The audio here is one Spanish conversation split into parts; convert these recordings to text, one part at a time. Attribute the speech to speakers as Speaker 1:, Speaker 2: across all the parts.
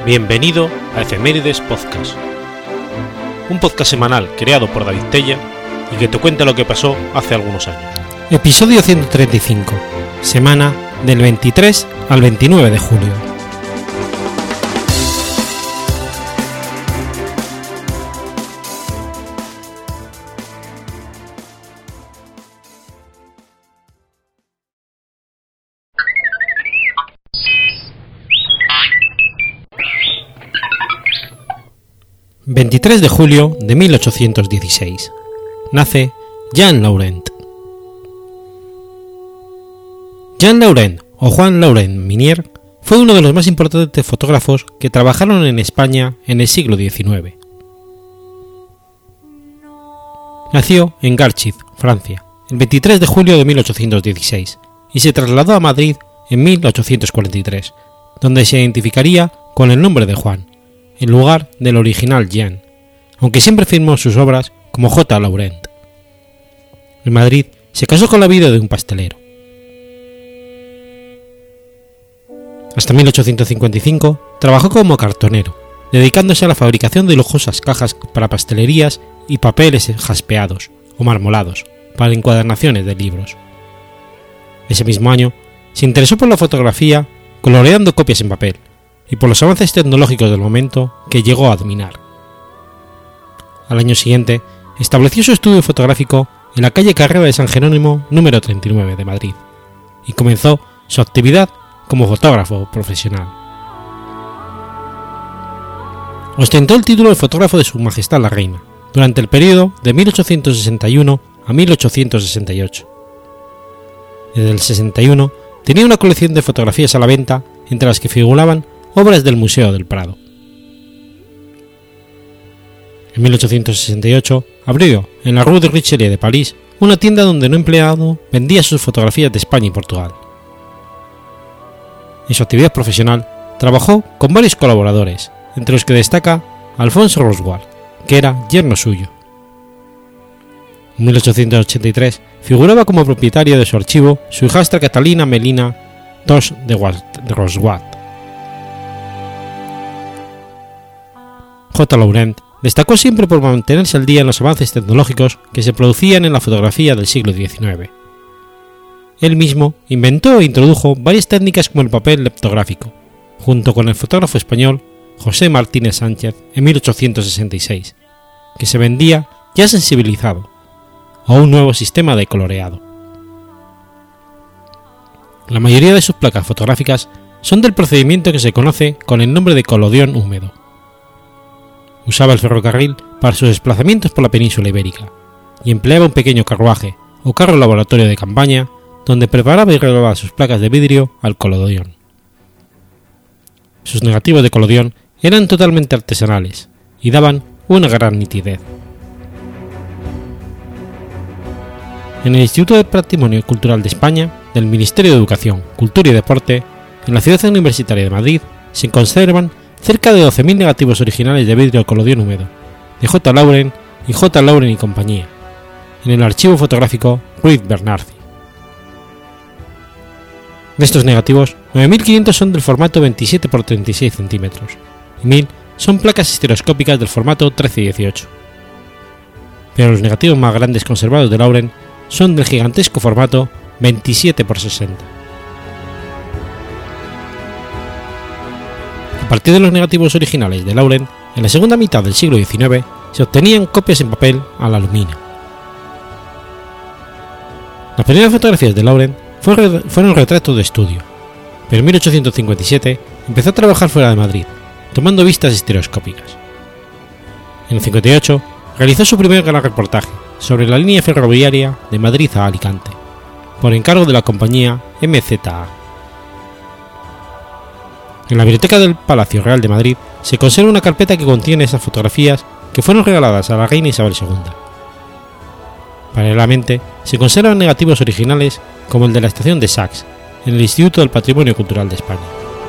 Speaker 1: Bienvenido a Efemérides Podcast, un podcast semanal creado por David Tella y que te cuenta lo que pasó hace algunos años.
Speaker 2: Episodio 135, semana del 23 al 29 de julio. ...23 de julio de 1816... nace Jean Laurent. Jean Laurent, o Juan Laurent Minier, fue uno de los más importantes fotógrafos que trabajaron en España en el siglo XIX. Nació en Garchid, Francia, el 23 de julio de 1816 y se trasladó a Madrid en 1843, donde se identificaría con el nombre de Juan, en lugar del original Jean, aunque siempre firmó sus obras como J. Laurent. En Madrid se casó con la viuda de un pastelero. Hasta 1855 trabajó como cartonero, dedicándose a la fabricación de lujosas cajas para pastelerías y papeles jaspeados o marmolados para encuadernaciones de libros. Ese mismo año se interesó por la fotografía coloreando copias en papel y por los avances tecnológicos del momento que llegó a dominar. Al año siguiente estableció su estudio fotográfico en la calle Carrera de San Jerónimo número 39 de Madrid y comenzó su actividad como fotógrafo profesional. Ostentó el título de fotógrafo de Su Majestad la Reina durante el periodo de 1861 a 1868. Desde el 61 tenía una colección de fotografías a la venta entre las que figuraban obras del Museo del Prado. En 1868 abrió en la Rue de Richelieu de París una tienda donde un empleado vendía sus fotografías de España y Portugal. En su actividad profesional trabajó con varios colaboradores, entre los que destaca Alphonse Roswell, que era yerno suyo. En 1883 figuraba como propietario de su archivo su hijastra Catalina Melina Tosh de Roswell. J. Laurent destacó siempre por mantenerse al día en los avances tecnológicos que se producían en la fotografía del siglo XIX. Él mismo inventó e introdujo varias técnicas como el papel leptográfico, junto con el fotógrafo español José Martínez Sánchez en 1866, que se vendía ya sensibilizado, o un nuevo sistema de coloreado. La mayoría de sus placas fotográficas son del procedimiento que se conoce con el nombre de colodión húmedo. Usaba el ferrocarril para sus desplazamientos por la península ibérica y empleaba un pequeño carruaje o carro laboratorio de campaña donde preparaba y revelaba sus placas de vidrio al colodión. Sus negativos de colodión eran totalmente artesanales y daban una gran nitidez. En el Instituto de Patrimonio Cultural de España del Ministerio de Educación, Cultura y Deporte, en la ciudad universitaria de Madrid, se conservan cerca de 12.000 negativos originales de vidrio al colodión húmedo, de J. Laurent y J. Laurent y compañía, en el archivo fotográfico Ruiz Bernardi. De estos negativos, 9.500 son del formato 27 x 36 cm y 1.000 son placas estereoscópicas del formato 13-18. Pero los negativos más grandes conservados de Laurent son del gigantesco formato 27 x 60. A partir de los negativos originales de Laurent, en la segunda mitad del siglo XIX se obtenían copias en papel al aluminio. Las primeras fotografías de Laurent fueron retratos de estudio, pero en 1857 empezó a trabajar fuera de Madrid, tomando vistas estereoscópicas. En el 58 realizó su primer gran reportaje sobre la línea ferroviaria de Madrid a Alicante, por encargo de la compañía MZA. En la biblioteca del Palacio Real de Madrid se conserva una carpeta que contiene esas fotografías que fueron regaladas a la reina Isabel II. Paralelamente, se conservan negativos originales como el de la estación de Sachs, en el Instituto del Patrimonio Cultural de España.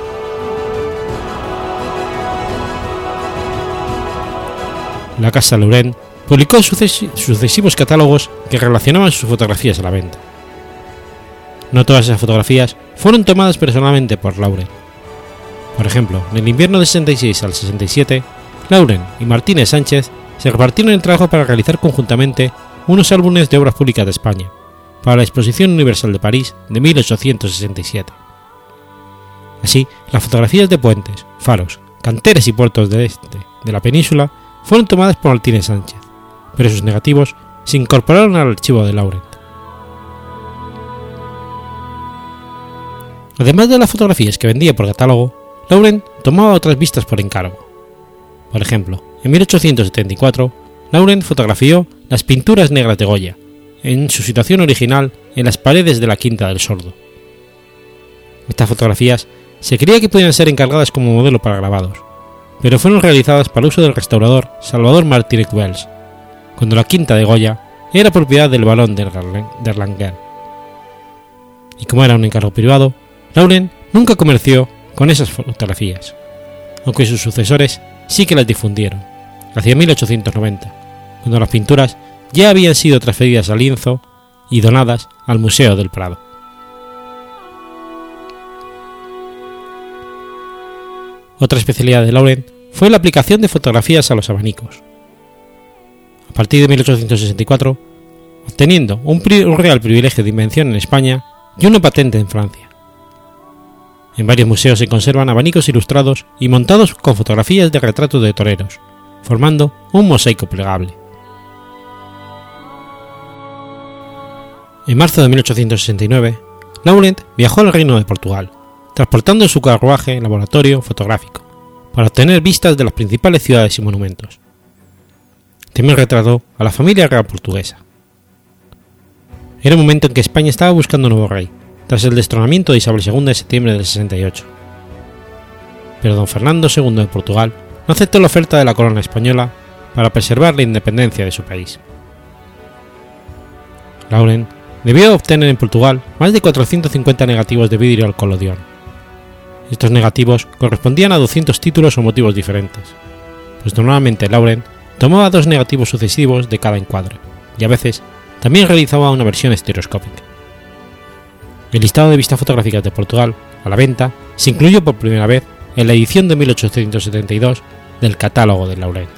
Speaker 2: La Casa Laurent publicó sucesivos catálogos que relacionaban sus fotografías a la venta. No todas esas fotografías fueron tomadas personalmente por Laurent, Por ejemplo, en el invierno del 66 al 67, Laurent y Martínez Sánchez se repartieron el trabajo para realizar conjuntamente unos álbumes de obras públicas de España, para la Exposición Universal de París de 1867. Así, las fotografías de puentes, faros, canteres y puertos del este de la península fueron tomadas por Martínez Sánchez, pero sus negativos se incorporaron al archivo de Laurent. Además de las fotografías que vendía por catálogo, Laurent tomaba otras vistas por encargo. Por ejemplo, en 1874, Laurent fotografió las pinturas negras de Goya, en su situación original en las paredes de la Quinta del Sordo. Estas fotografías se creía que podían ser encargadas como modelo para grabados, pero fueron realizadas para uso del restaurador Salvador Martínez Wells, cuando la Quinta de Goya era propiedad del barón de Erlanger. Y como era un encargo privado, Laurent nunca comerció con esas fotografías, aunque sus sucesores sí que las difundieron, hacia 1890, cuando las pinturas ya habían sido transferidas al lienzo y donadas al Museo del Prado. Otra especialidad de Laurent fue la aplicación de fotografías a los abanicos. A partir de 1864, obteniendo un real privilegio de invención en España y una patente en Francia. En varios museos se conservan abanicos ilustrados y montados con fotografías de retratos de toreros, formando un mosaico plegable. En marzo de 1869, Laurent viajó al Reino de Portugal, transportando su carruaje laboratorio fotográfico, para obtener vistas de las principales ciudades y monumentos. También retrató a la familia real portuguesa. Era un momento en que España estaba buscando un nuevo rey, tras el destronamiento de Isabel II en septiembre del 68. Pero don Fernando II de Portugal no aceptó la oferta de la corona española para preservar la independencia de su país. Laurent debió obtener en Portugal más de 450 negativos de vidrio al colodión. Estos negativos correspondían a 200 títulos o motivos diferentes, pues normalmente Laurent tomaba 2 negativos sucesivos de cada encuadre, y a veces también realizaba una versión estereoscópica. El listado de vistas fotográficas de Portugal, a la venta, se incluyó por primera vez en la edición de 1872 del catálogo de Laurent.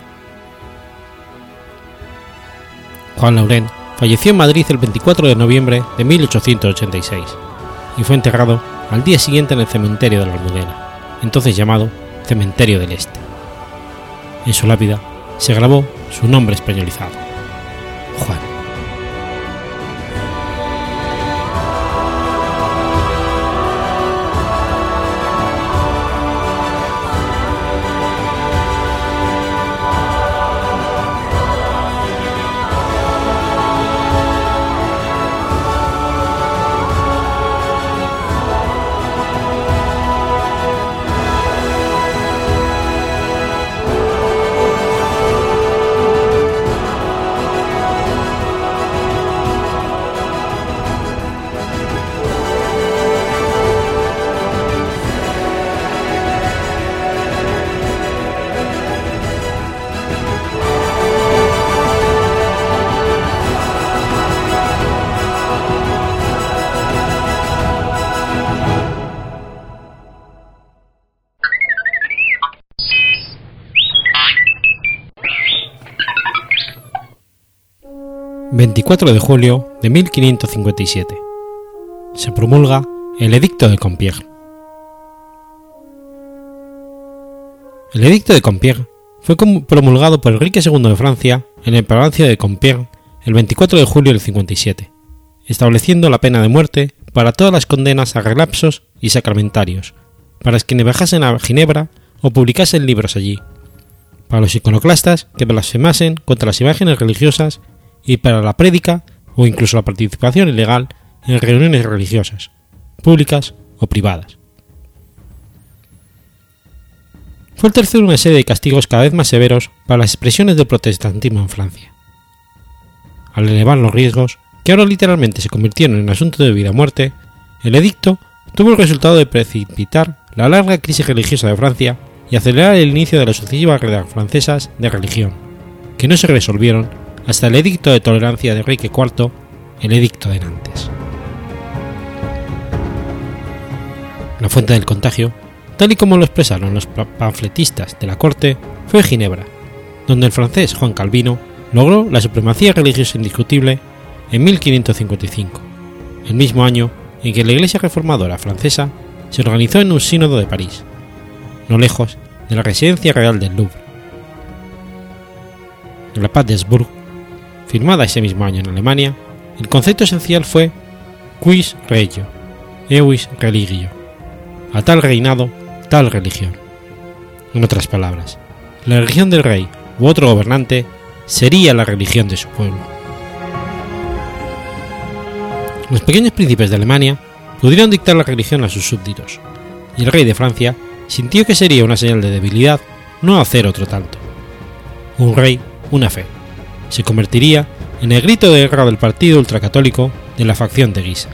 Speaker 2: Juan Laurent falleció en Madrid el 24 de noviembre de 1886 y fue enterrado al día siguiente en el cementerio de la Almudena, entonces llamado Cementerio del Este. En su lápida se grabó su nombre españolizado, Juan. El 24 de julio de 1557 se promulga el Edicto de Compiègne. El Edicto de Compiègne fue promulgado por Enrique II de Francia en el Palacio de Compiègne el 24 de julio del 57, estableciendo la pena de muerte para todas las condenas a relapsos y sacramentarios, para quienes viajasen a Ginebra o publicasen libros allí, para los iconoclastas que blasfemasen contra las imágenes religiosas y para la prédica o incluso la participación ilegal en reuniones religiosas, públicas o privadas. Fue el tercero de una serie de castigos cada vez más severos para las expresiones del protestantismo en Francia. Al elevar los riesgos, que ahora literalmente se convirtieron en asuntos de vida o muerte, el edicto tuvo el resultado de precipitar la larga crisis religiosa de Francia y acelerar el inicio de las sucesivas guerras francesas de religión, que no se resolvieron hasta el Edicto de Tolerancia de Enrique IV, el Edicto de Nantes. La fuente del contagio tal y como lo expresaron los panfletistas de la corte, fue Ginebra, donde el francés Juan Calvino logró la supremacía religiosa indiscutible en 1555, el mismo año en que la Iglesia reformadora francesa se organizó en un sínodo de París, no lejos de la residencia real del Louvre. En la Paz de Augsburg, firmada ese mismo año en Alemania, el concepto esencial fue quis regio, evis religio, a tal reinado, tal religión. En otras palabras, la religión del rey u otro gobernante sería la religión de su pueblo. Los pequeños príncipes de Alemania pudieron dictar la religión a sus súbditos, y el rey de Francia sintió que sería una señal de debilidad no hacer otro tanto. Un rey, una fe, se convertiría en el grito de guerra del partido ultracatólico de la facción de Guisa.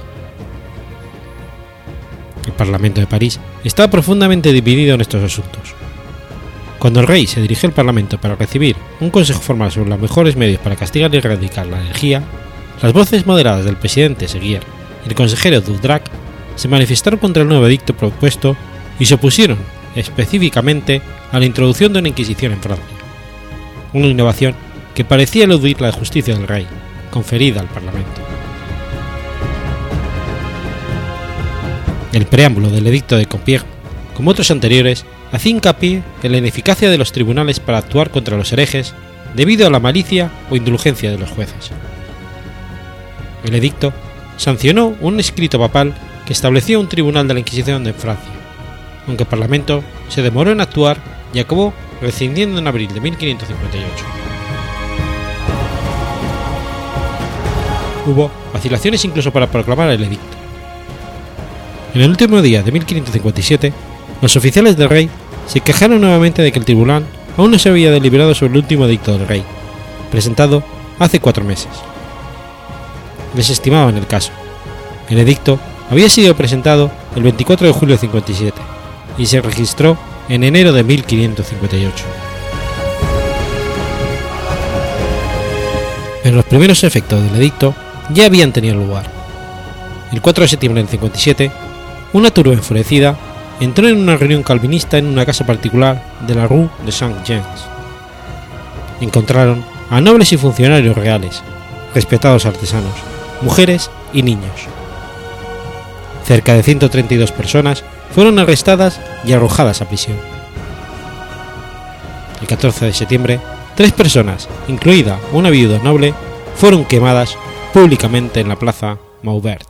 Speaker 2: El Parlamento de París estaba profundamente dividido en estos asuntos. Cuando el rey se dirigió al Parlamento para recibir un consejo formal sobre los mejores medios para castigar y erradicar la herejía, las voces moderadas del presidente Seguier y el consejero Doudrac se manifestaron contra el nuevo edicto propuesto y se opusieron específicamente a la introducción de una Inquisición en Francia, una innovación que parecía eludir la justicia del rey, conferida al Parlamento. El preámbulo del edicto de Compiègne, como otros anteriores, hacía hincapié en la ineficacia de los tribunales para actuar contra los herejes debido a la malicia o indulgencia de los jueces. El edicto sancionó un escrito papal que establecía un tribunal de la Inquisición de Francia, aunque el Parlamento se demoró en actuar y acabó rescindiendo en abril de 1558. Hubo vacilaciones incluso para proclamar el edicto. En el último día de 1557, los oficiales del rey se quejaron nuevamente de que el tribunal aún no se había deliberado sobre el último edicto del rey, presentado hace 4 meses. Desestimaban el caso. El edicto había sido presentado el 24 de julio de 57 y se registró en enero de 1558. Pero los primeros efectos del edicto ya habían tenido lugar. El 4 de septiembre del 57, una turba enfurecida entró en una reunión calvinista en una casa particular de la Rue de Saint-Jean. Encontraron a nobles y funcionarios reales, respetados artesanos, mujeres y niños. Cerca de 132 personas fueron arrestadas y arrojadas a prisión. El 14 de septiembre, 3 personas, incluida una viuda noble, fueron quemadas públicamente en la plaza Maubert.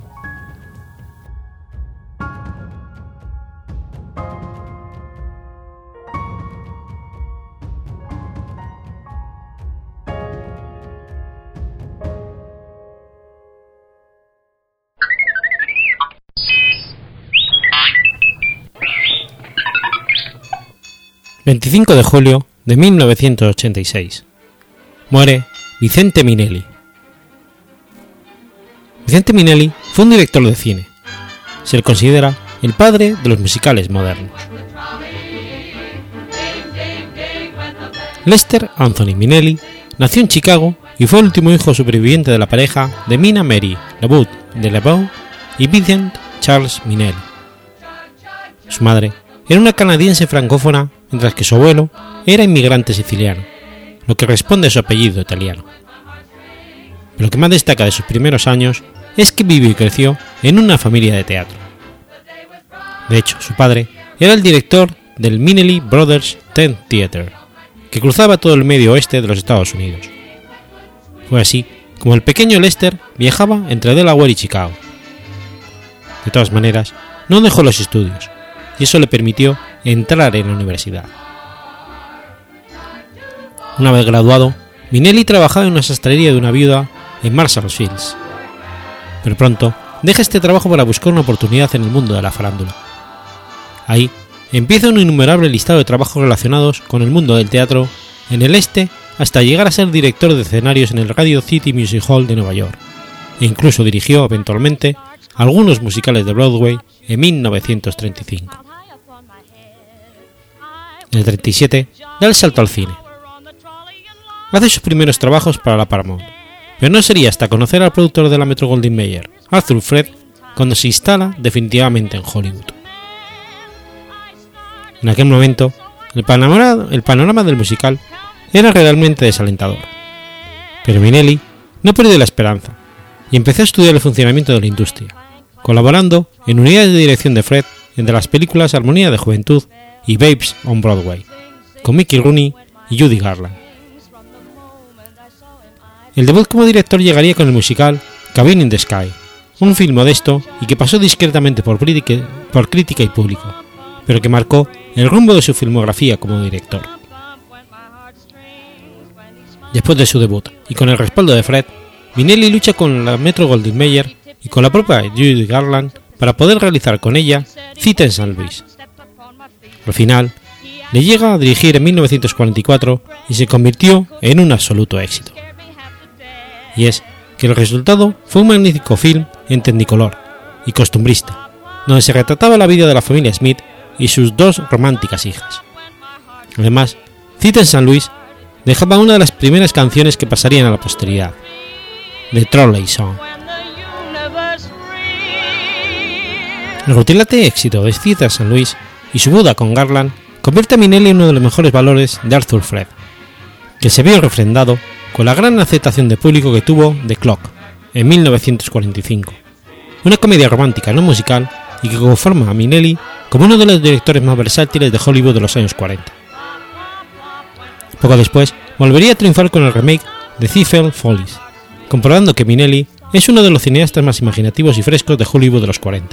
Speaker 2: ...25 de julio de 1986... muere Vicente Minelli. Vicente Minelli fue un director de cine. Se le considera el padre de los musicales modernos. Lester Anthony Minelli nació en Chicago y fue el último hijo superviviente de la pareja de Mina Mary LaBute de LeBeau y Vincent Charles Minelli. Su madre era una canadiense francófona, mientras que su abuelo era inmigrante siciliano, lo que responde a su apellido italiano. Pero lo que más destaca de sus primeros años es que vivió y creció en una familia de teatro. De hecho, su padre era el director del Minelli Brothers Tent Theatre, que cruzaba todo el medio oeste de los Estados Unidos. Fue así como el pequeño Lester viajaba entre Delaware y Chicago. De todas maneras, no dejó los estudios, y eso le permitió entrar en la universidad. Una vez graduado, Minelli trabajaba en una sastrería de una viuda en Marshall Fields, pero pronto deja este trabajo para buscar una oportunidad en el mundo de la farándula. Ahí empieza un innumerable listado de trabajos relacionados con el mundo del teatro en el este hasta llegar a ser director de escenarios en el Radio City Music Hall de Nueva York, e incluso dirigió eventualmente algunos musicales de Broadway en 1935. En el 37 da el salto al cine. Hace sus primeros trabajos para la Paramount, pero no sería hasta conocer al productor de la Metro-Goldwyn-Mayer, Arthur Fred, cuando se instala definitivamente en Hollywood. En aquel momento, el panorama del musical era realmente desalentador, pero Minnelli no perdió la esperanza y empezó a estudiar el funcionamiento de la industria, colaborando en unidades de dirección de Fred entre las películas Armonía de Juventud y Babes on Broadway, con Mickey Rooney y Judy Garland. El debut como director llegaría con el musical Cabin in the Sky, un film modesto y que pasó discretamente por crítica y público, pero que marcó el rumbo de su filmografía como director. Después de su debut y con el respaldo de Fred, Minnelli lucha con la Metro-Goldwyn-Mayer y con la propia Judy Garland para poder realizar con ella Cita en San Luis. Al final, le llega a dirigir en 1944 y se convirtió en un absoluto éxito. Y es que el resultado fue un magnífico film en Technicolor y costumbrista, donde se retrataba la vida de la familia Smith y sus dos románticas hijas. Además, Cita en San Luis dejaba una de las primeras canciones que pasarían a la posteridad, The Trolley Song. El rutilante éxito de Cita en San Luis y su boda con Garland convierte a Minnelli en uno de los mejores valores de Arthur Fred, que se vio refrendado con la gran aceptación de público que tuvo The Clock en 1945, una comedia romántica no musical y que conforma a Minnelli como uno de los directores más versátiles de Hollywood de los años 40. Poco después volvería a triunfar con el remake de Ziegfeld Follies, comprobando que Minnelli es uno de los cineastas más imaginativos y frescos de Hollywood de los 40.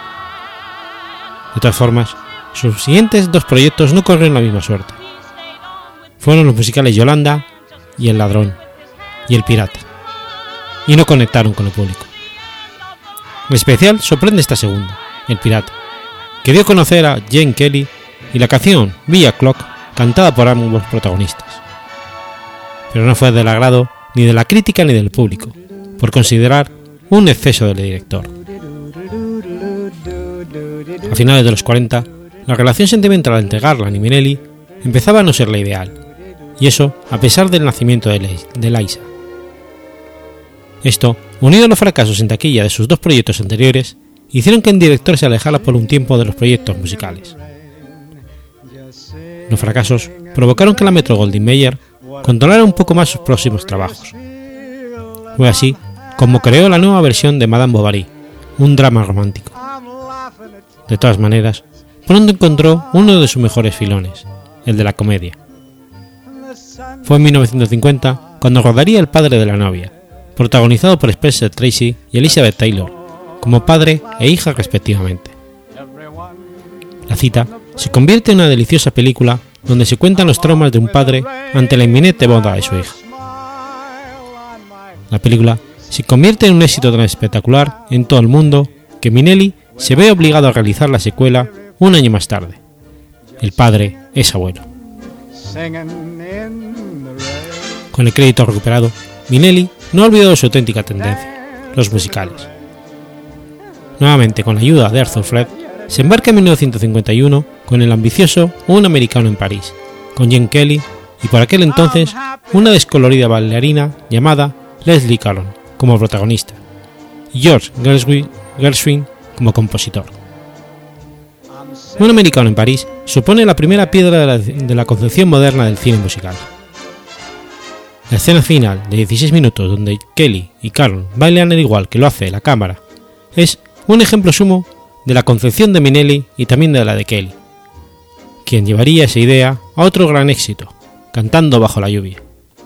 Speaker 2: De todas formas, sus siguientes dos proyectos no corrieron la misma suerte. Fueron los musicales Yolanda y El Ladrón y El Pirata, y no conectaron con el público. En especial sorprende esta segunda, El Pirata, que dio a conocer a Gene Kelly y la canción Be a Clock, cantada por ambos protagonistas. Pero no fue del agrado ni de la crítica ni del público, por considerar un exceso del director. A finales de los 40, la relación sentimental entre Garland y Minnelli empezaba a no ser la ideal, y eso a pesar del nacimiento de Liza. Esto, unido a los fracasos en taquilla de sus dos proyectos anteriores, hicieron que el director se alejara por un tiempo de los proyectos musicales. Los fracasos provocaron que la Metro-Goldwyn-Mayer controlara un poco más sus próximos trabajos. Fue así como creó la nueva versión de Madame Bovary, un drama romántico. De todas maneras, pronto encontró uno de sus mejores filones, el de la comedia. Fue en 1950 cuando rodaría El padre de la novia, protagonizado por Spencer Tracy y Elizabeth Taylor, como padre e hija respectivamente. La cita se convierte en una deliciosa película donde se cuentan los traumas de un padre ante la inminente boda de su hija. La película se convierte en un éxito tan espectacular en todo el mundo que Minnelli se ve obligado a realizar la secuela un año más tarde. El padre es abuelo. Con el crédito recuperado, Minnelli no olvidó su auténtica tendencia, los musicales. Nuevamente, con la ayuda de Arthur Fred, se embarca en 1951 con el ambicioso Un americano en París, con Gene Kelly y por aquel entonces una descolorida bailarina llamada Leslie Caron como protagonista, y George Gershwin como compositor. Un americano en París supone la primera piedra de la concepción moderna del cine musical. La escena final de 16 minutos donde Kelly y Caron bailan al igual que lo hace la cámara es un ejemplo sumo de la concepción de Minnelli y también de la de Kelly, quien llevaría esa idea a otro gran éxito, Cantando bajo la lluvia.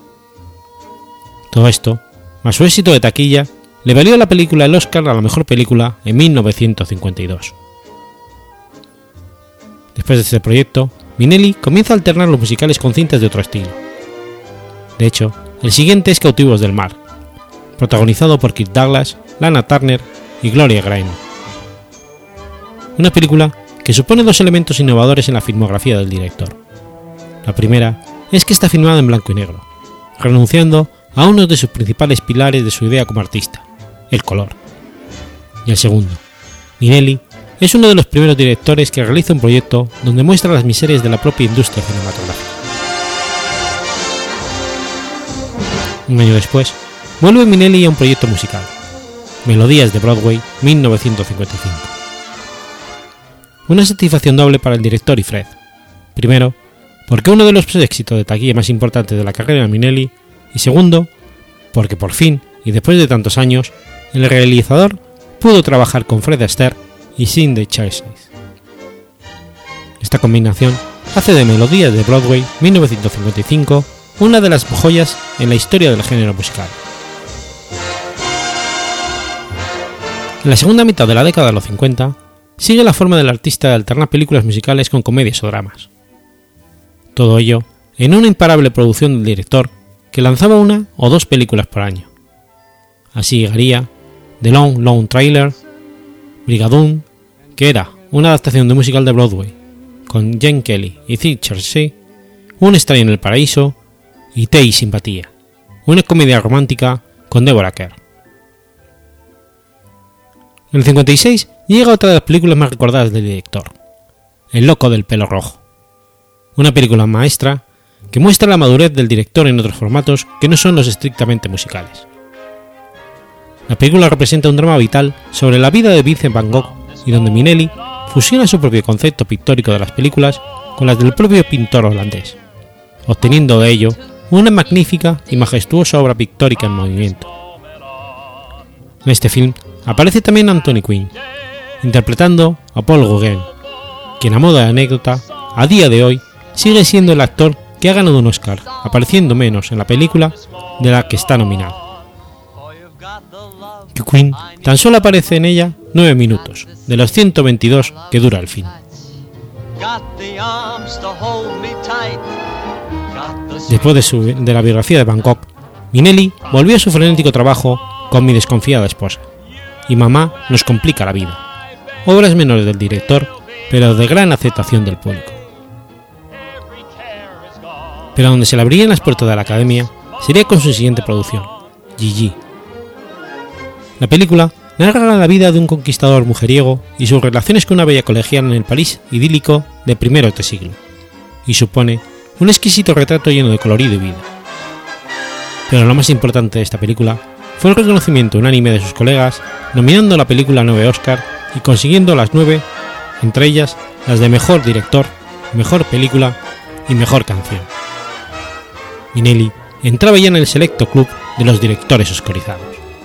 Speaker 2: Todo esto, más su éxito de taquilla, le valió a la película el Oscar a la mejor película en 1952. Después de este proyecto, Minnelli comienza a alternar los musicales con cintas de otro estilo. De hecho, el siguiente es Cautivos del Mar, protagonizado por Kirk Douglas, Lana Turner y Gloria Gaynor. Una película que supone dos elementos innovadores en la filmografía del director. La primera es que está filmada en blanco y negro, renunciando a uno de sus principales pilares de su idea como artista, el color. Y el segundo, Minnelli es uno de los primeros directores que realiza un proyecto donde muestra las miserias de la propia industria cinematográfica. Un año después, vuelve Minnelli a un proyecto musical, Melodías de Broadway, 1955. Una satisfacción doble para el director y Fred, Primero, porque uno de los éxitos de taquilla más importantes de la carrera de Minnelli, y segundo, porque por fin, y después de tantos años, el realizador pudo trabajar con Fred Astaire y Sidney Chazelle. Esta combinación hace de Melodías de Broadway 1955 una de las joyas en la historia del género musical. En la segunda mitad de la década de los 50, sigue la forma del artista de alternar películas musicales con comedias o dramas. Todo ello en una imparable producción del director que lanzaba una o dos películas por año. Así llegaría The Long Long Trailer, Brigadoon, que era una adaptación de musical de Broadway, con Gene Kelly y Sid Chazelle, Un extraño en el paraíso, y Té y simpatía, una comedia romántica con Deborah Kerr. En el 56 llega otra de las películas más recordadas del director, El loco del pelo rojo, una película maestra que muestra la madurez del director en otros formatos que no son los estrictamente musicales. La película representa un drama vital sobre la vida de Vincent Van Gogh y donde Minnelli fusiona su propio concepto pictórico de las películas con las del propio pintor holandés, obteniendo de ello una magnífica y majestuosa obra pictórica en movimiento. En este film aparece también Anthony Quinn, interpretando a Paul Gauguin, quien a modo de anécdota, a día de hoy, sigue siendo el actor que ha ganado un Oscar, apareciendo menos en la película de la que está nominado. Quinn tan solo aparece en ella 9 minutos, de los 122 que dura el film. Después de la biografía de Van Gogh, Minnelli volvió a su frenético trabajo con Mi desconfiada esposa y Mamá nos complica la vida, obras menores del director, pero de gran aceptación del público. Pero donde se le abrían las puertas de la academia sería con su siguiente producción, Gigi. La película narra la vida de un conquistador mujeriego y sus relaciones con una bella colegiala en el París idílico de primeros de siglo, y supone un exquisito retrato lleno de colorido y vida. Pero lo más importante de esta película fue el reconocimiento unánime de sus colegas, nominando la película a 9 Oscar y consiguiendo las 9, entre ellas las de Mejor Director, Mejor Película y Mejor Canción. Minnelli entraba ya en el selecto club de los directores oscarizados.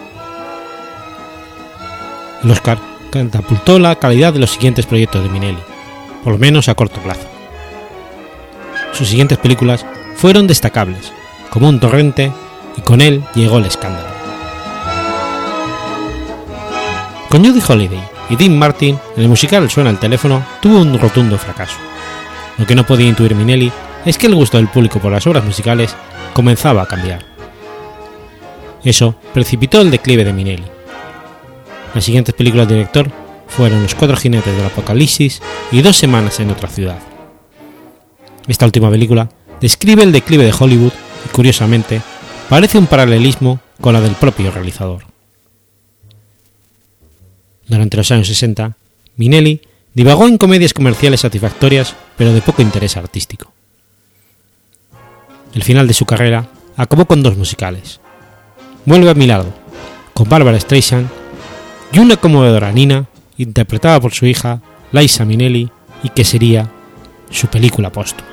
Speaker 2: El Oscar catapultó la calidad de los siguientes proyectos de Minnelli, por lo menos a corto plazo. Sus siguientes películas fueron destacables, como Un torrente, y con él llegó el escándalo. Con Judy Holliday y Dean Martin, en el musical Suena el teléfono tuvo un rotundo fracaso. Lo que no podía intuir Minnelli es que el gusto del público por las obras musicales comenzaba a cambiar. Eso precipitó el declive de Minnelli. Las siguientes películas del director fueron Los cuatro jinetes del apocalipsis y 2 semanas en otra ciudad. Esta última película describe el declive de Hollywood y, curiosamente, parece un paralelismo con la del propio realizador. Durante los años 60, Minnelli divagó en comedias comerciales satisfactorias pero de poco interés artístico. El final de su carrera acabó con 2 musicales: Vuelve a mi lado, con Barbara Streisand, y una conmovedora Nina, interpretada por su hija Liza Minnelli, y que sería su película póstuma.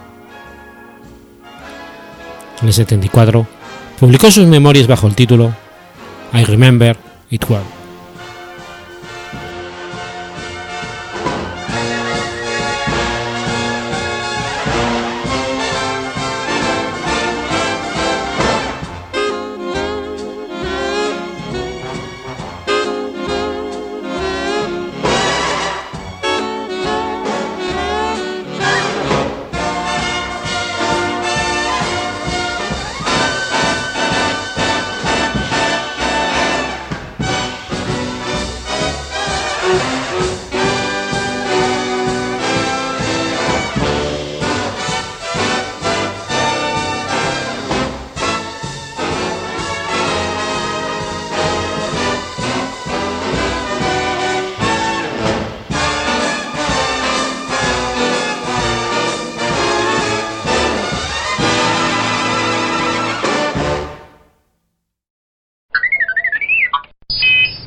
Speaker 2: En el 74 publicó sus memorias bajo el título I Remember It Well.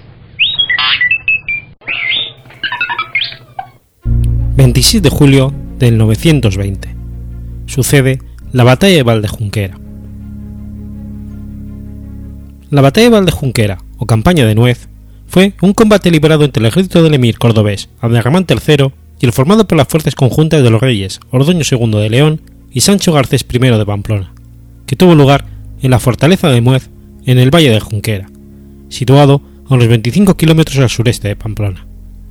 Speaker 2: El 26 de julio del 920. Sucede la batalla de Valdejunquera. La batalla de Valdejunquera, o campaña de Nuez, fue un combate librado entre el ejército del emir cordobés Abderramán III y el formado por las fuerzas conjuntas de los reyes Ordoño II de León y Sancho Garcés I de Pamplona, que tuvo lugar en la fortaleza de Muez, en el valle de Junquera, situado a unos 25 kilómetros al sureste de Pamplona.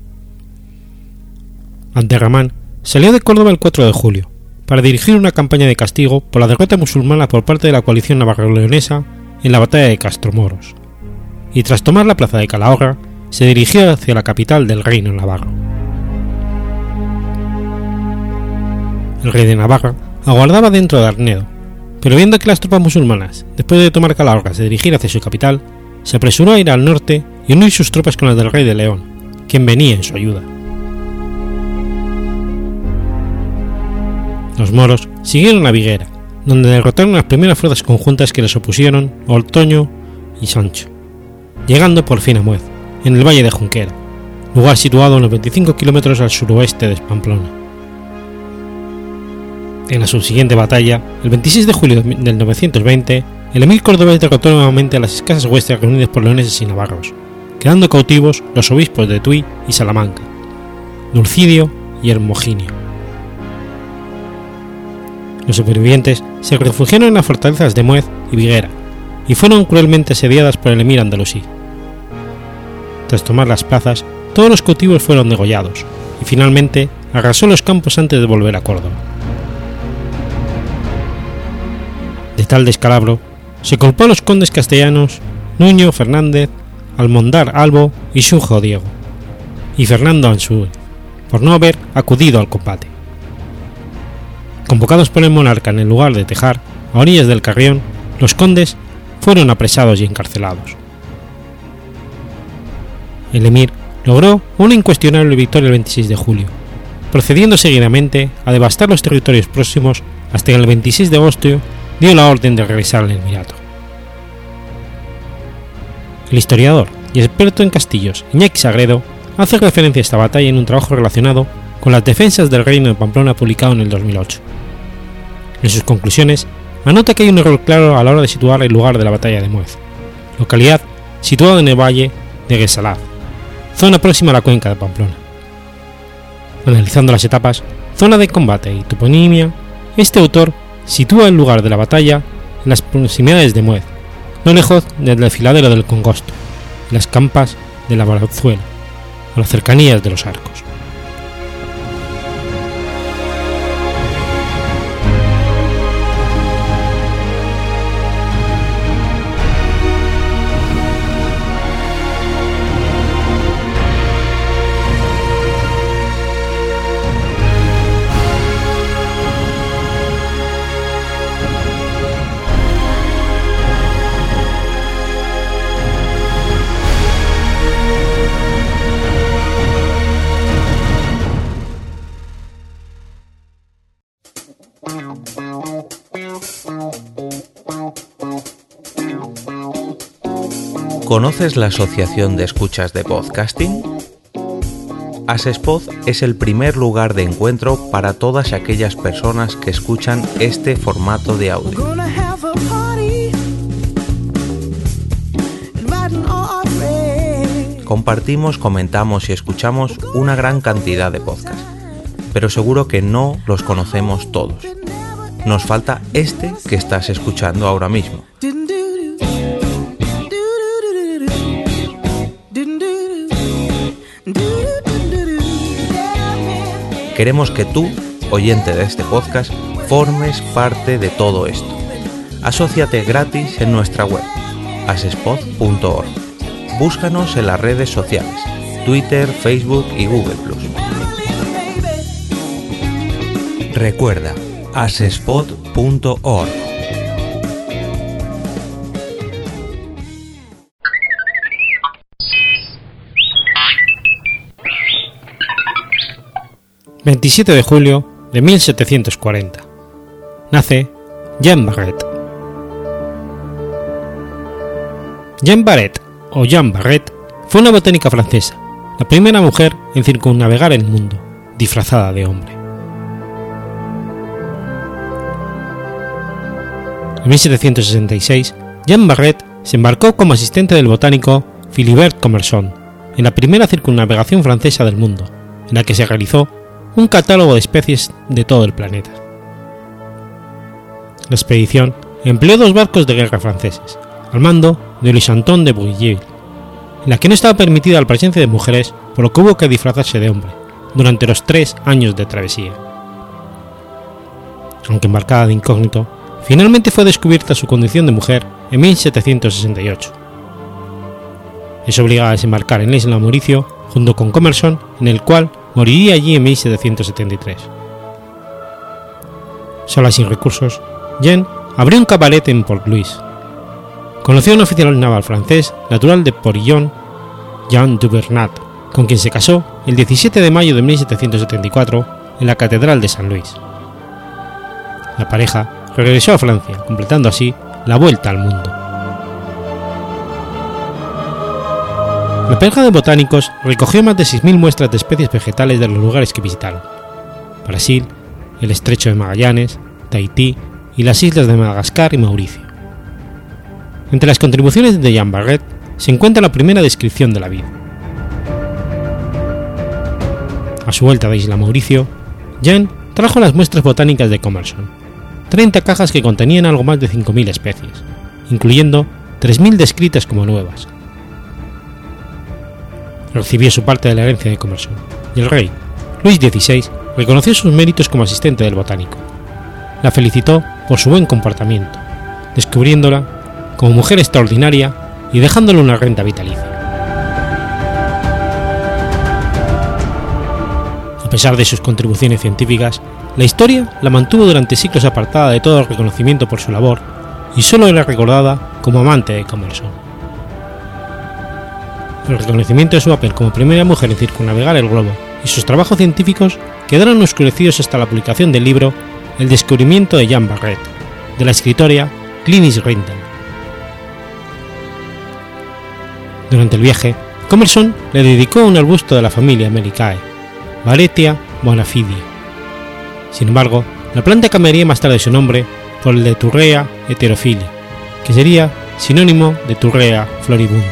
Speaker 2: Abderramán salió de Córdoba el 4 de julio, para dirigir una campaña de castigo por la derrota musulmana por parte de la coalición navarro-leonesa en la batalla de Castromoros, y tras tomar la plaza de Calahorra, se dirigió hacia la capital del reino navarro. El rey de Navarra aguardaba dentro de Arnedo, pero viendo que las tropas musulmanas, después de tomar Calahorra, se dirigían hacia su capital, se apresuró a ir al norte y unir sus tropas con las del rey de León, quien venía en su ayuda. Los moros siguieron a Viguera, donde derrotaron las primeras fuerzas conjuntas que les opusieron Ordoño y Sancho, llegando por fin a Muez, en el valle de Junquera, lugar situado a unos 25 kilómetros al suroeste de Pamplona. En la subsiguiente batalla, el 26 de julio del 920, el emir cordobés derrotó nuevamente a las escasas huestes reunidas por leoneses y navarros, quedando cautivos los obispos de Tui y Salamanca, Dulcidio y Hermoginio. Los supervivientes se refugiaron en las fortalezas de Muez y Viguera, y fueron cruelmente asediadas por el emir andalusí. Tras tomar las plazas, todos los cautivos fueron degollados, y finalmente arrasó los campos antes de volver a Córdoba. De tal descalabro, se culpó a los condes castellanos Nuño Fernández, Almondar Albo y Xujo Diego, y Fernando Ansúrez, por no haber acudido al combate. Convocados por el monarca en el lugar de Tejar, a orillas del Carrión, los condes fueron apresados y encarcelados. El emir logró una incuestionable victoria el 26 de julio, procediendo seguidamente a devastar los territorios próximos hasta que el 26 de agosto dio la orden de regresar al Emirato. El historiador y experto en castillos Iñaki Sagredo hace referencia a esta batalla en un trabajo relacionado con las defensas del reino de Pamplona publicado en el 2008. En sus conclusiones, anota que hay un error claro a la hora de situar el lugar de la batalla de Muez, localidad situada en el valle de Guesalaz, zona próxima a la cuenca de Pamplona. Analizando las etapas, zona de combate y toponimia, este autor sitúa el lugar de la batalla en las proximidades de Muez, no lejos del desfiladero del Congosto, en las campas de la Barzuela, a las cercanías de los Arcos.
Speaker 3: ¿Conoces la Asociación de Escuchas de Podcasting? Asespod es el primer lugar de encuentro para todas aquellas personas que escuchan este formato de audio. Compartimos, comentamos y escuchamos una gran cantidad de podcasts, pero seguro que no los conocemos todos. Nos falta este que estás escuchando ahora mismo. Queremos que tú, oyente de este podcast, formes parte de todo esto. Asóciate gratis en nuestra web, asespod.org. Búscanos en las redes sociales, Twitter, Facebook y Google+. Recuerda, asespod.org.
Speaker 2: ...27 de julio de 1740... nace Jeanne Barret. Jeanne Barret, o Jeanne Barret, fue una botánica francesa, la primera mujer en circunnavegar el mundo, disfrazada de hombre. En 1766, Jean Barret se embarcó como asistente del botánico Philibert Commerson en la primera circunnavegación francesa del mundo, en la que se realizó un catálogo de especies de todo el planeta. La expedición empleó 2 barcos de guerra franceses, al mando de Louis Anton de Bouillé, en la que no estaba permitida la presencia de mujeres, por lo que hubo que disfrazarse de hombre durante los 3 años de travesía. Aunque embarcada de incógnito, finalmente fue descubierta su condición de mujer en 1768. Es obligada a desembarcar en la isla Mauricio junto con Commerson, en el cual moriría allí en 1773. Sola sin recursos, Jeanne abrió un cabaret en Port Louis. Conoció a un oficial naval francés natural de Porillon, Jean Dubernat, con quien se casó el 17 de mayo de 1774 en la Catedral de San Luis. La pareja regresó a Francia, completando así la vuelta al mundo. La pareja de botánicos recogió más de 6.000 muestras de especies vegetales de los lugares que visitaron: Brasil, el Estrecho de Magallanes, Tahití y las islas de Madagascar y Mauricio. Entre las contribuciones de Jean Barret se encuentra la primera descripción de la vid. A su vuelta de Isla Mauricio, Jean trajo las muestras botánicas de Commerson, 30 cajas que contenían algo más de 5.000 especies, incluyendo 3.000 descritas como nuevas. Recibió su parte de la herencia de Commerson, y el rey, Luis XVI, reconoció sus méritos como asistente del botánico. La felicitó por su buen comportamiento, descubriéndola como mujer extraordinaria y dejándole una renta vitalicia. A pesar de sus contribuciones científicas, la historia la mantuvo durante siglos apartada de todo reconocimiento por su labor y solo era recordada como amante de Commerson. El reconocimiento de su papel como primera mujer en circunnavegar el globo y sus trabajos científicos quedaron oscurecidos hasta la publicación del libro El descubrimiento de Jean Barret, de la escritora Glynis Rindel. Durante el viaje, Commerson le dedicó un arbusto de la familia Melicae, Baretia bonafidie. Sin embargo, la planta cambiaría más tarde su nombre por el de Turrea heterophylla, que sería sinónimo de Turrea floribunda.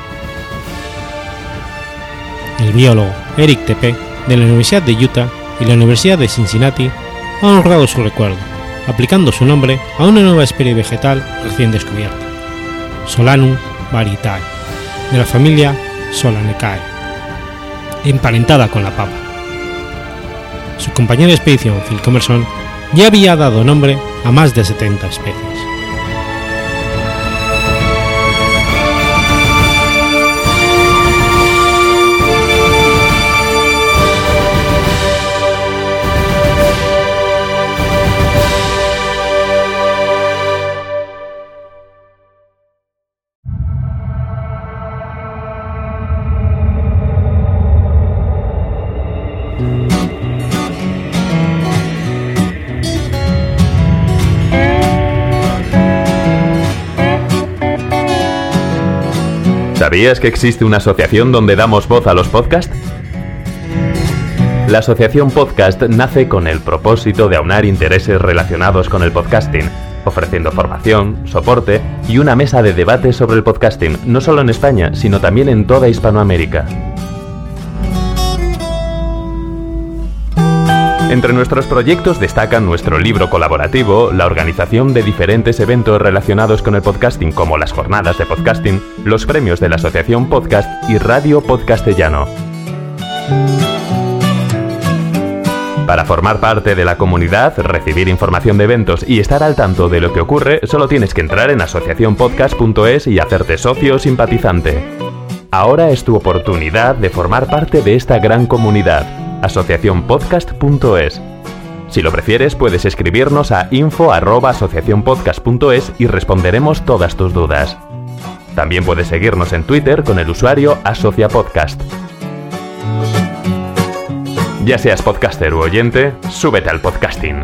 Speaker 2: El biólogo Eric Tepe, de la Universidad de Utah y la Universidad de Cincinnati, ha honrado su recuerdo, aplicando su nombre a una nueva especie vegetal recién descubierta, Solanum varietae, de la familia Solanaceae, emparentada con la papa. Su compañero de expedición, Phil Commerson, ya había dado nombre a más de 70 especies.
Speaker 4: ¿Sabías que existe una asociación donde damos voz a los podcasts? La Asociación Podcast nace con el propósito de aunar intereses relacionados con el podcasting, ofreciendo formación, soporte y una mesa de debate sobre el podcasting, no solo en España, sino también en toda Hispanoamérica. Entre nuestros proyectos destacan nuestro libro colaborativo, la organización de diferentes eventos relacionados con el podcasting como las jornadas de podcasting, los premios de la Asociación Podcast y Radio Podcastellano. Para formar parte de la comunidad, recibir información de eventos y estar al tanto de lo que ocurre, solo tienes que entrar en asociacionpodcast.es y hacerte socio o simpatizante. Ahora es tu oportunidad de formar parte de esta gran comunidad. asociacionpodcast.es. Si lo prefieres, puedes escribirnos a info@asociacionpodcast.es y responderemos todas tus dudas. También puedes seguirnos en Twitter con el usuario asociapodcast. Ya seas podcaster u oyente, súbete al podcasting.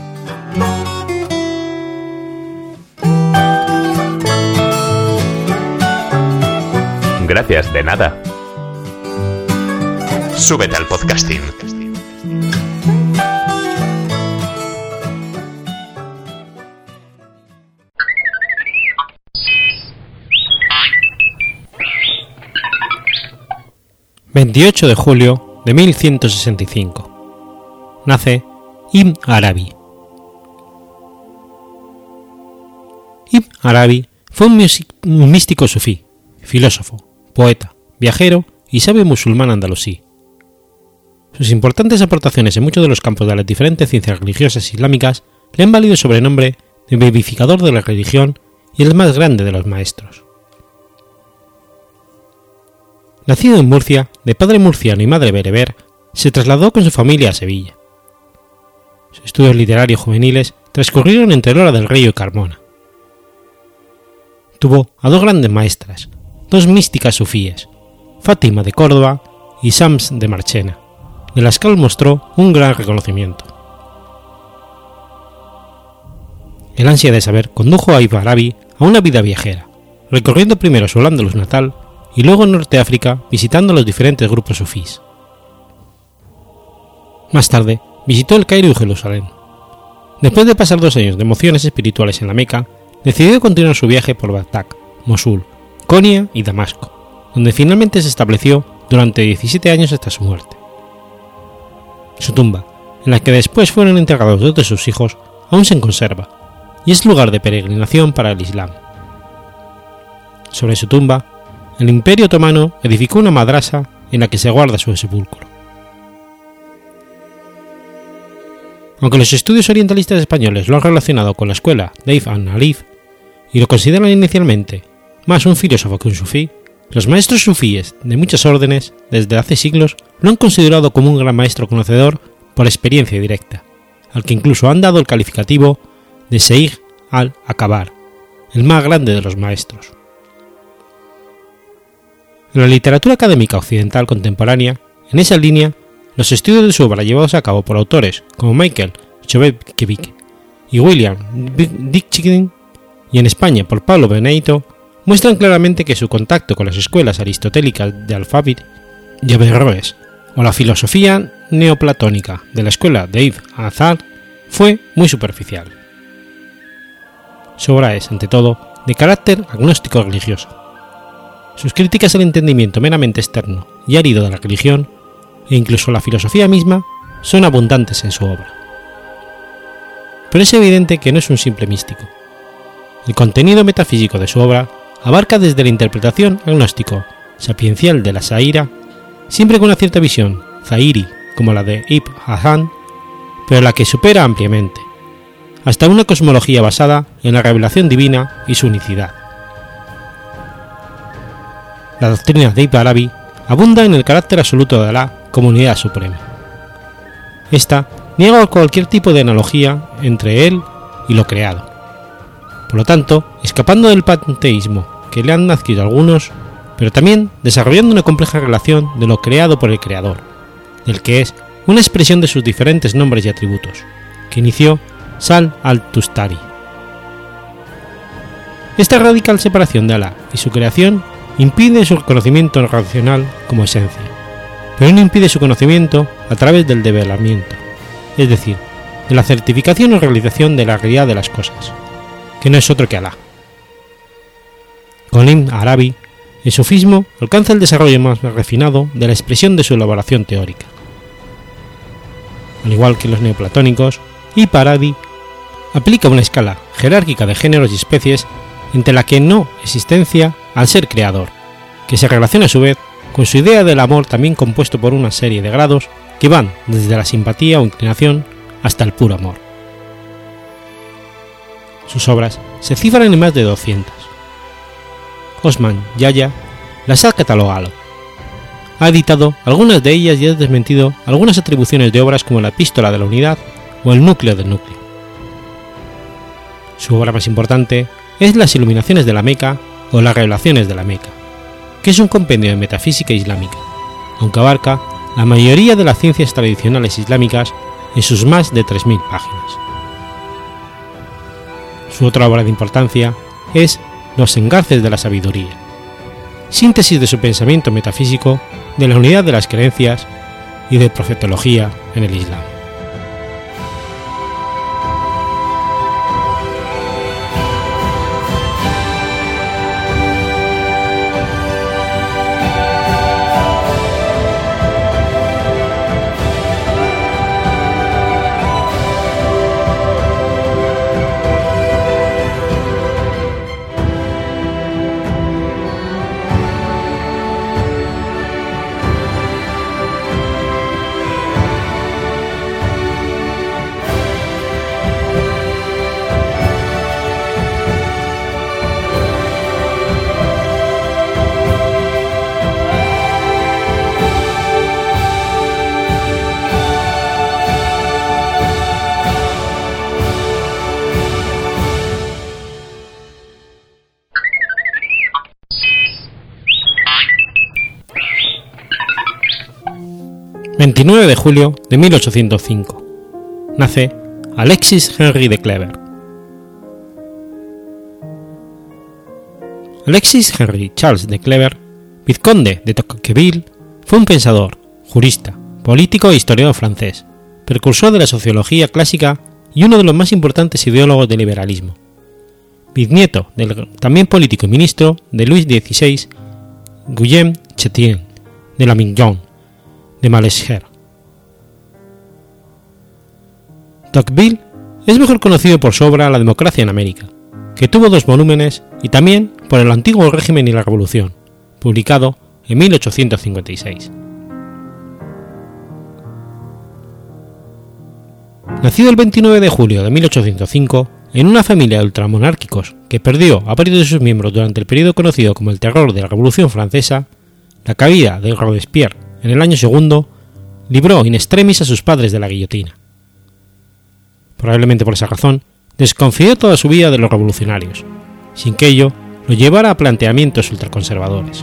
Speaker 4: Gracias, de nada. Súbete al podcasting.
Speaker 2: 28 de julio de 1165. Nace Ibn Arabi. Ibn Arabi fue un místico sufí, filósofo, poeta, viajero y sabio musulmán andalusí. Sus importantes aportaciones en muchos de los campos de las diferentes ciencias religiosas islámicas le han valido el sobrenombre de vivificador de la religión y el más grande de los maestros. Nacido en Murcia, de padre murciano y madre bereber, se trasladó con su familia a Sevilla. Sus estudios literarios juveniles transcurrieron entre Lora del Río y Carmona. Tuvo a dos grandes maestras, dos místicas sufíes, Fátima de Córdoba y Sams de Marchena, de las cuales mostró un gran reconocimiento. El ansia de saber condujo a Ibn Arabi a una vida viajera, recorriendo primero su Al-Ándalus natal y luego en Norte África visitando los diferentes grupos sufís. Más tarde visitó el Cairo y Jerusalén. Después de pasar 2 años de emociones espirituales en la Meca, decidió continuar su viaje por Bagdad, Mosul, Konya y Damasco, donde finalmente se estableció durante 17 años hasta su muerte. Su tumba, en la que después fueron enterrados 2 de sus hijos, aún se conserva y es lugar de peregrinación para el Islam. Sobre su tumba, el Imperio Otomano edificó una madrasa en la que se guarda su sepulcro. Aunque los estudios orientalistas españoles lo han relacionado con la escuela de Ibn Arabi y lo consideran inicialmente más un filósofo que un sufí, los maestros sufíes de muchas órdenes desde hace siglos lo han considerado como un gran maestro conocedor por experiencia directa, al que incluso han dado el calificativo de Sheikh al-Akbar, el más grande de los maestros. En la literatura académica occidental contemporánea, en esa línea, los estudios de su obra llevados a cabo por autores como Michael Chobekevich y William Dickinson, y en España por Pablo Benedito, muestran claramente que su contacto con las escuelas aristotélicas de Al-Farabi y Averroes o la filosofía neoplatónica de la escuela de Ibn Hazm fue muy superficial. Su obra es, ante todo, de carácter agnóstico religioso. Sus críticas al entendimiento meramente externo y árido de la religión, e incluso la filosofía misma, son abundantes en su obra. Pero es evidente que no es un simple místico. El contenido metafísico de su obra abarca desde la interpretación agnóstico-sapiencial de la Sha'ira, siempre con una cierta visión zahiri como la de Ibn Hazm, pero la que supera ampliamente, hasta una cosmología basada en la revelación divina y su unicidad. La doctrina de Ibn Arabi abunda en el carácter absoluto de Alá como unidad suprema. Esta niega cualquier tipo de analogía entre él y lo creado. Por lo tanto, escapando del panteísmo que le han adquirido algunos, pero también desarrollando una compleja relación de lo creado por el creador, del que es una expresión de sus diferentes nombres y atributos, que inició Sal al-Tustari. Esta radical separación de Alá y su creación impide su reconocimiento racional como esencia, pero no impide su conocimiento a través del develamiento, es decir, de la certificación o realización de la realidad de las cosas, que no es otro que Alá. Con Ibn Arabi, el sufismo alcanza el desarrollo más refinado de la expresión de su elaboración teórica. Al igual que los neoplatónicos, Ibn Arabi aplica una escala jerárquica de géneros y especies entre la que no existencia al ser creador, que se relaciona a su vez con su idea del amor también compuesto por una serie de grados que van desde la simpatía o inclinación hasta el puro amor. Sus obras se cifran en más de 200. Osman Yahya las ha catalogado. Ha editado algunas de ellas y ha desmentido algunas atribuciones de obras como la Epístola de la Unidad o el Núcleo del Núcleo. Su obra más importante es Las Iluminaciones de la Meca o Las Revelaciones de la Meca, que es un compendio de metafísica islámica, aunque abarca la mayoría de las ciencias tradicionales islámicas en sus más de 3000 páginas. Su otra obra de importancia es Los Engarces de la Sabiduría, síntesis de su pensamiento metafísico de la unidad de las creencias y de profetología en el Islam. 29 de julio de 1805. Nace Alexis Henry de Clever. Alexis Henry Charles de Clever, vizconde de Tocqueville, fue un pensador, jurista, político e historiador francés, precursor de la sociología clásica y uno de los más importantes ideólogos del liberalismo. Bisnieto del también político y ministro de Luis XVI, Guillaume Chétien, de la Mignon, de Malesherbes. Tocqueville es mejor conocido por su obra La democracia en América, que tuvo 2 volúmenes, y también por El antiguo régimen y la revolución, publicado en 1856. Nacido el 29 de julio de 1805 en una familia de ultramonárquicos que perdió a varios de sus miembros durante el periodo conocido como el Terror de la Revolución Francesa, la caída de Robespierre en el año segundo libró in extremis a sus padres de la guillotina. Probablemente por esa razón, desconfió toda su vida de los revolucionarios, sin que ello lo llevara a planteamientos ultraconservadores.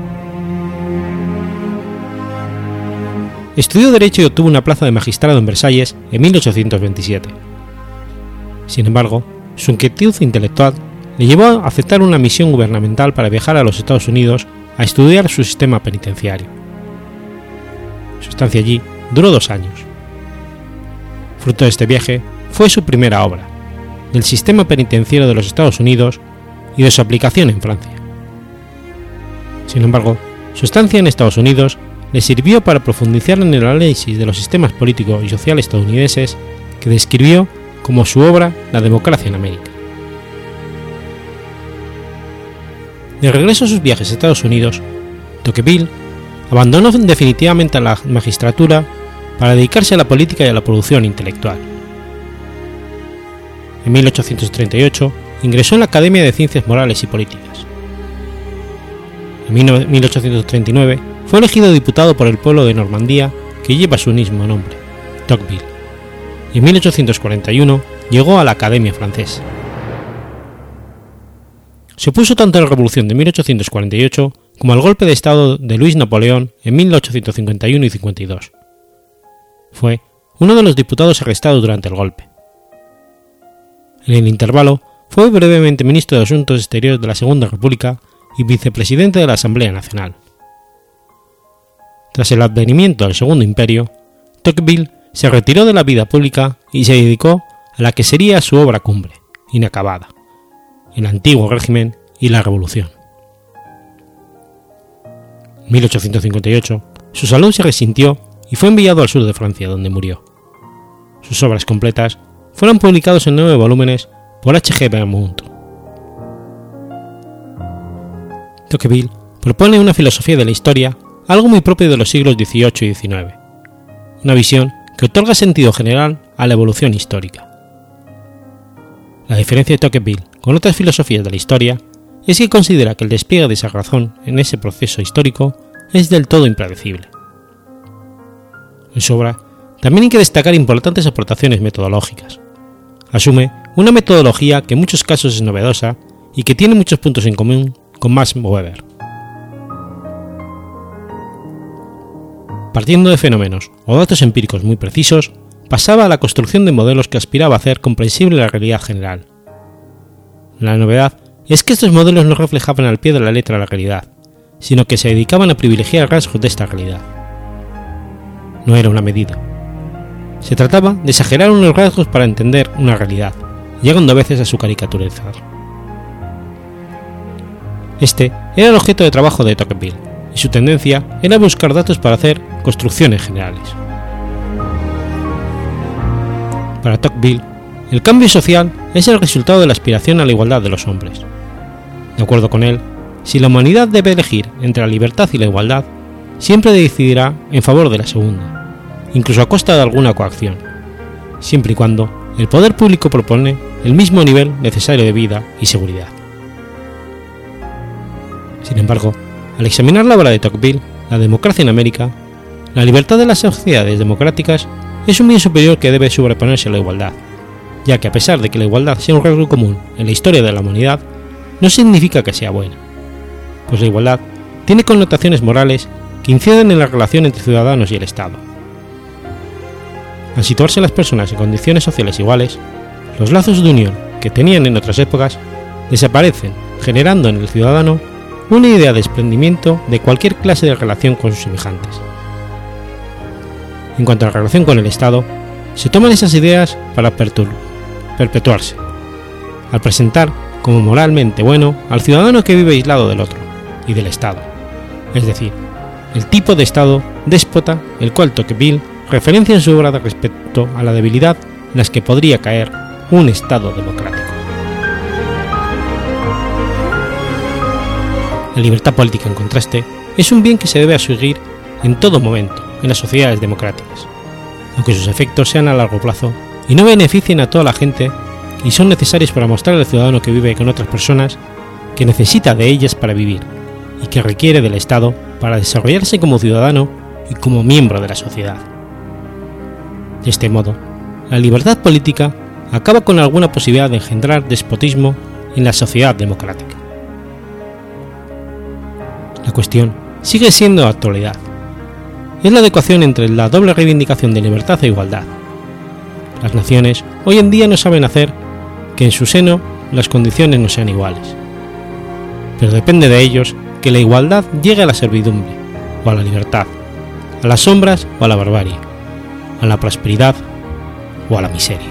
Speaker 2: Estudió Derecho y obtuvo una plaza de magistrado en Versalles en 1827. Sin embargo, su inquietud intelectual le llevó a aceptar una misión gubernamental para viajar a los Estados Unidos a estudiar su sistema penitenciario. Su estancia allí duró 2 años. Fruto de este viaje fue su primera obra, del sistema penitenciario de los Estados Unidos y de su aplicación en Francia. Sin embargo, su estancia en Estados Unidos le sirvió para profundizar en el análisis de los sistemas políticos y sociales estadounidenses que describió como su obra La democracia en América. De regreso a sus viajes a Estados Unidos, Tocqueville abandonó definitivamente la magistratura para dedicarse a la política y a la producción intelectual. En 1838 ingresó en la Academia de Ciencias Morales y Políticas. En 1839 fue elegido diputado por el pueblo de Normandía que lleva su mismo nombre, Tocqueville, y en 1841 llegó a la Academia Francesa. Se opuso tanto a la Revolución de 1848 como al golpe de Estado de Luis Napoleón en 1851 y 52. Fue uno de los diputados arrestados durante el golpe. En el intervalo, fue brevemente ministro de Asuntos Exteriores de la Segunda República y vicepresidente de la Asamblea Nacional. Tras el advenimiento del Segundo Imperio, Tocqueville se retiró de la vida pública y se dedicó a la que sería su obra cumbre, inacabada, el antiguo régimen y la revolución. En 1858, su salud se resintió y fue enviado al sur de Francia, donde murió. Sus obras completas fueron publicados en 9 volúmenes por H.G. Beaumont. Tocqueville propone una filosofía de la historia, algo muy propio de los siglos XVIII y XIX, una visión que otorga sentido general a la evolución histórica. La diferencia de Tocqueville con otras filosofías de la historia es que considera que el despliegue de esa razón en ese proceso histórico es del todo impredecible. En su obra también hay que destacar importantes aportaciones metodológicas. Asume una metodología que en muchos casos es novedosa y que tiene muchos puntos en común con Max Weber. Partiendo de fenómenos o datos empíricos muy precisos, pasaba a la construcción de modelos que aspiraba a hacer comprensible la realidad general. La novedad es que estos modelos no reflejaban al pie de la letra la realidad, sino que se dedicaban a privilegiar rasgos de esta realidad. No era una medida. Se trataba de exagerar unos rasgos para entender una realidad, llegando a veces a su caricaturizar. Este era el objeto de trabajo de Tocqueville, y su tendencia era buscar datos para hacer construcciones generales. Para Tocqueville, el cambio social es el resultado de la aspiración a la igualdad de los hombres. De acuerdo con él, si la humanidad debe elegir entre la libertad y la igualdad, siempre decidirá en favor de la segunda, incluso a costa de alguna coacción, siempre y cuando el poder público propone el mismo nivel necesario de vida y seguridad. Sin embargo, al examinar la obra de Tocqueville, La democracia en América, la libertad de las sociedades democráticas es un bien superior que debe sobreponerse a la igualdad, ya que a pesar de que la igualdad sea un rasgo común en la historia de la humanidad, no significa que sea buena, pues la igualdad tiene connotaciones morales que inciden en la relación entre ciudadanos y el Estado, Al situarse las personas en condiciones sociales iguales, los lazos de unión que tenían en otras épocas desaparecen, generando en el ciudadano una idea de desprendimiento de cualquier clase de relación con sus semejantes. En cuanto a la relación con el Estado, se toman esas ideas para perpetuarse, al presentar como moralmente bueno al ciudadano que vive aislado del otro y del Estado, es decir, el tipo de Estado déspota el cual Tocqueville referencia en su obra respecto a la debilidad en las que podría caer un Estado democrático. La libertad política, en contraste, es un bien que se debe seguir en todo momento en las sociedades democráticas, aunque sus efectos sean a largo plazo y no beneficien a toda la gente y son necesarios para mostrar al ciudadano que vive con otras personas que necesita de ellas para vivir y que requiere del Estado para desarrollarse como ciudadano y como miembro de la sociedad. De este modo, la libertad política acaba con alguna posibilidad de engendrar despotismo en la sociedad democrática. La cuestión sigue siendo de actualidad. Es la adecuación entre la doble reivindicación de libertad e igualdad. Las naciones hoy en día no saben hacer que en su seno las condiciones no sean iguales, pero depende de ellos que la igualdad llegue a la servidumbre o a la libertad, a las sombras o a la barbarie, a la prosperidad o a la miseria.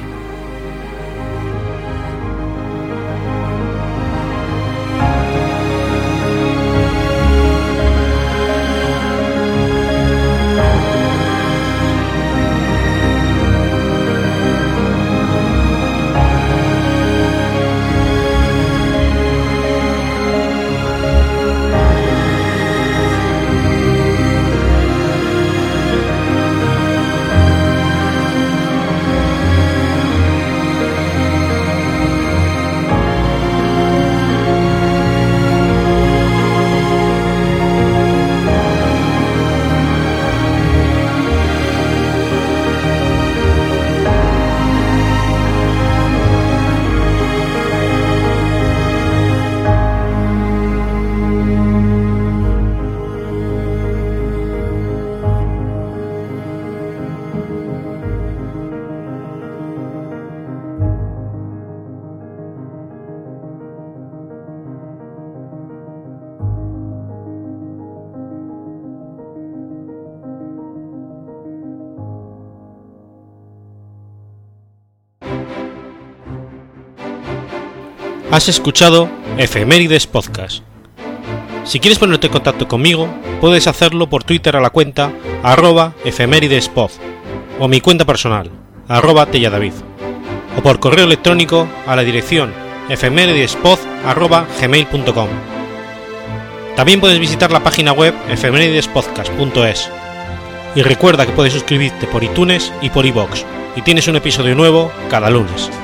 Speaker 1: Has escuchado Efemérides Podcast. Si quieres ponerte en contacto conmigo, puedes hacerlo por Twitter a la cuenta @efemeridespod o mi cuenta personal @telladavid, o por correo electrónico a la dirección efemeridespod@gmail.com. También puedes visitar la página web efemeridespodcast.es y recuerda que puedes suscribirte por iTunes y por iVoox y tienes un episodio nuevo cada lunes.